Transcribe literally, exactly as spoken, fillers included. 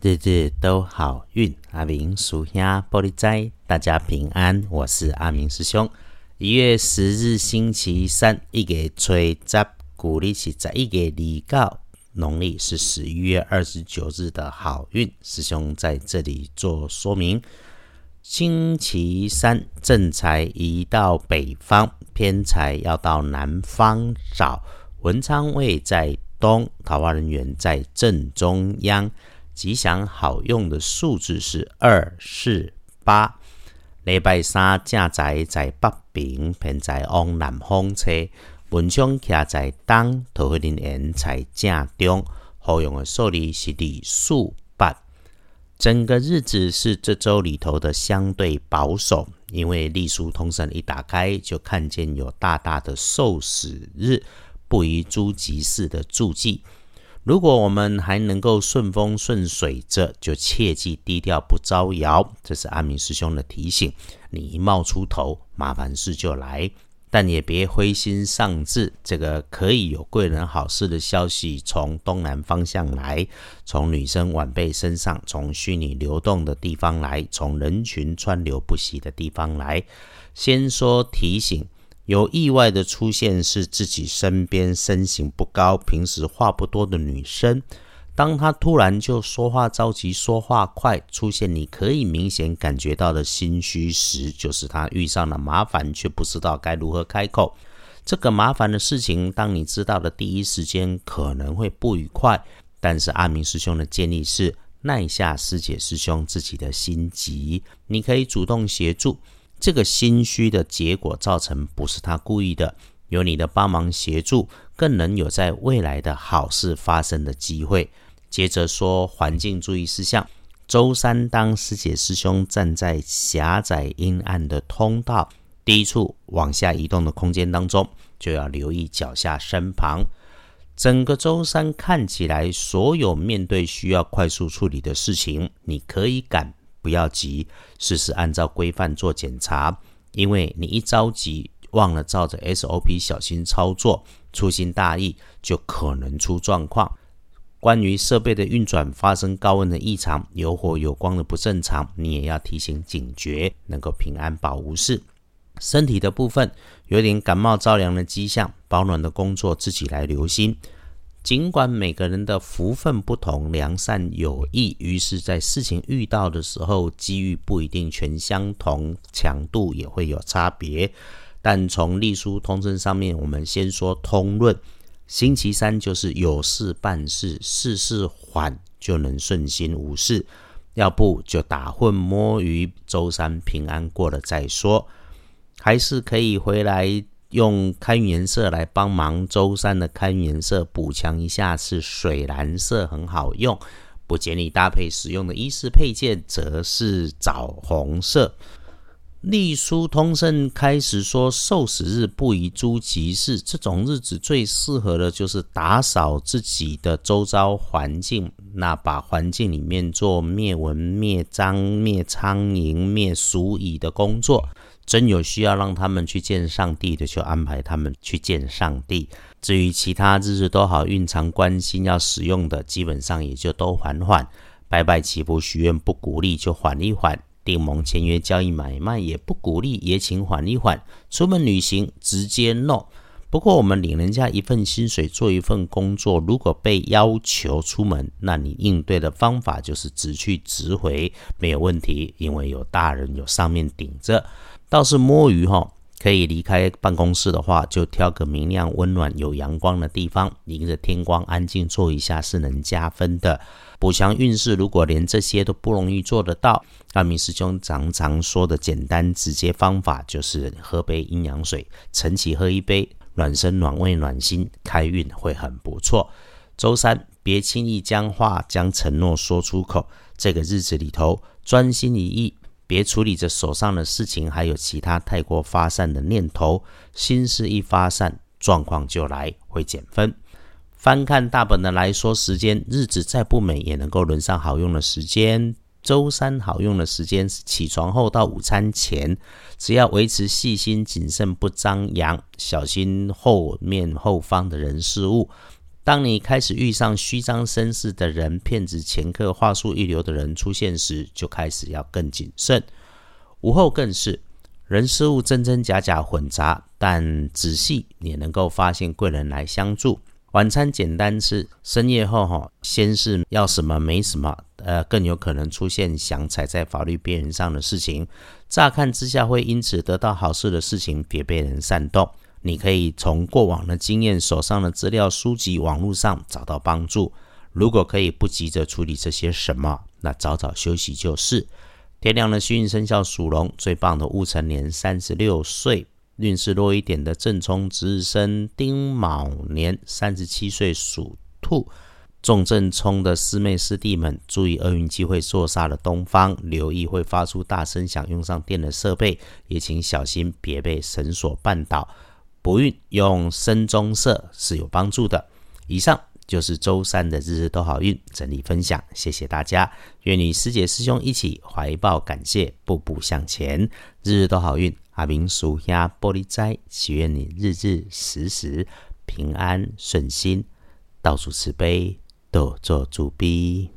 日日都好运，阿明属兄玻璃斋，大家平安，我是阿明师兄。一月十日星期三，一月初十，古历是十一月二九，农历是十一月二十九日的好运，师兄在这里做说明。星期三，正财移到北方，偏财要到南方找，文昌位在东，桃花人缘在正中央。吉祥好用的数字是二、四、八。礼拜三正财在北边，偏财往南方车，文昌徛在东，桃花人缘在正中。好用的数字是二、四、八。整个日子是这周里头的相对保守，因为历书通胜一打开就看见有大大的受死日不宜诸吉事的注记。如果我们还能够顺风顺水着，就切记低调不招摇，这是阿明师兄的提醒。你一冒出头，麻烦事就来，但也别灰心丧志，这个可以有贵人好事的消息从东南方向来，从女生晚辈身上，从虚拟流动的地方来，从人群川流不息的地方来。先说提醒，有意外的出现是自己身边身形不高，平时话不多的女生，当她突然就说话着急，说话快，出现你可以明显感觉到的心虚时，就是她遇上了麻烦，却不知道该如何开口。这个麻烦的事情，当你知道的第一时间可能会不愉快，但是阿明师兄的建议是耐下师姐师兄自己的心急，你可以主动协助。这个心虚的结果造成不是他故意的，有你的帮忙协助，更能有在未来的好事发生的机会。接着说环境注意事项，周三当师姐师兄站在狭窄阴暗的通道第一处往下移动的空间当中，就要留意脚下身旁。整个周三看起来，所有面对需要快速处理的事情，你可以赶不要急，事事按照规范做检查，因为你一着急忘了照着 S O P 小心操作，粗心大意就可能出状况。关于设备的运转发生高温的异常，有火有光的不正常，你也要提醒警觉，能够平安保无事。身体的部分有点感冒着凉的迹象，保暖的工作自己来留心。尽管每个人的福分不同，良善有益，于是在事情遇到的时候，机遇不一定全相同，强度也会有差别。但从历书通胜上面，我们先说通论。星期三就是有事办事，事事缓就能顺心无事，要不就打混摸鱼，周三平安过了再说。还是可以回来用开运颜色来帮忙，周三的开运颜色补强一下是水蓝色，很好用。不建议搭配使用的衣饰配件则是枣红色。历书通胜开始说受死日不宜诸吉事，这种日子最适合的就是打扫自己的周遭环境，那把环境里面做灭蚊、灭蟑、灭苍蝇、灭鼠蚁的工作。真有需要让他们去见上帝的，就安排他们去见上帝。至于其他日日都好运常关心要使用的，基本上也就都缓缓。拜拜祈福许愿不鼓励，就缓一缓。订盟签约交易买卖也不鼓励，也请缓一缓。出门旅行直接 no。不过我们领人家一份薪水做一份工作，如果被要求出门，那你应对的方法就是直去直回，没有问题，因为有大人有上面顶着。倒是摸鱼齁，可以离开办公室的话，就挑个明亮温暖有阳光的地方，迎着天光安静坐一下是能加分的。补强运势如果连这些都不容易做得到，阿明师兄常常说的简单直接方法就是喝杯阴阳水，晨起喝一杯，暖身暖胃暖心，开运会很不错。周三别轻易将话将承诺说出口，这个日子里头专心一意，别处理着手上的事情，还有其他太过发散的念头，心事一发散，状况就来，会减分。翻看大本的来说，时间日子再不美也能够轮上好用的时间。周三好用的时间是起床后到午餐前，只要维持细心谨慎不张扬，小心后面后方的人事物， 当你开始遇上虚张声势的人、骗子、掮客、话术一流的人出现时，就开始要更谨慎。午后更是人事物真真假假混杂，但仔细也能够发现贵人来相助。晚餐简单吃，深夜后齁，先是要什么没什么，呃，更有可能出现想踩在法律边缘上的事情。乍看之下会因此得到好事的事情，别被人煽动。你可以从过往的经验、手上的资料、书籍、网络上找到帮助。如果可以不急着处理这些什么，那早早休息就是。天亮的幸运生肖属龙，最棒的戊辰年三十六岁，运势弱一点的正冲值日生丁卯年三十七岁属兔。重正冲的师妹师弟们，注意厄运机会坐煞的东方，留意会发出大声响、用上电的设备，也请小心别被绳索绊倒。不运用深棕色是有帮助的。以上就是周三的日日都好运整理分享，谢谢大家。愿你师姐师兄一起怀抱感谢，步步向前，日日都好运。阿明属兄玻璃斋，祈愿你日日时时平安顺心，到处慈悲，多做主逼。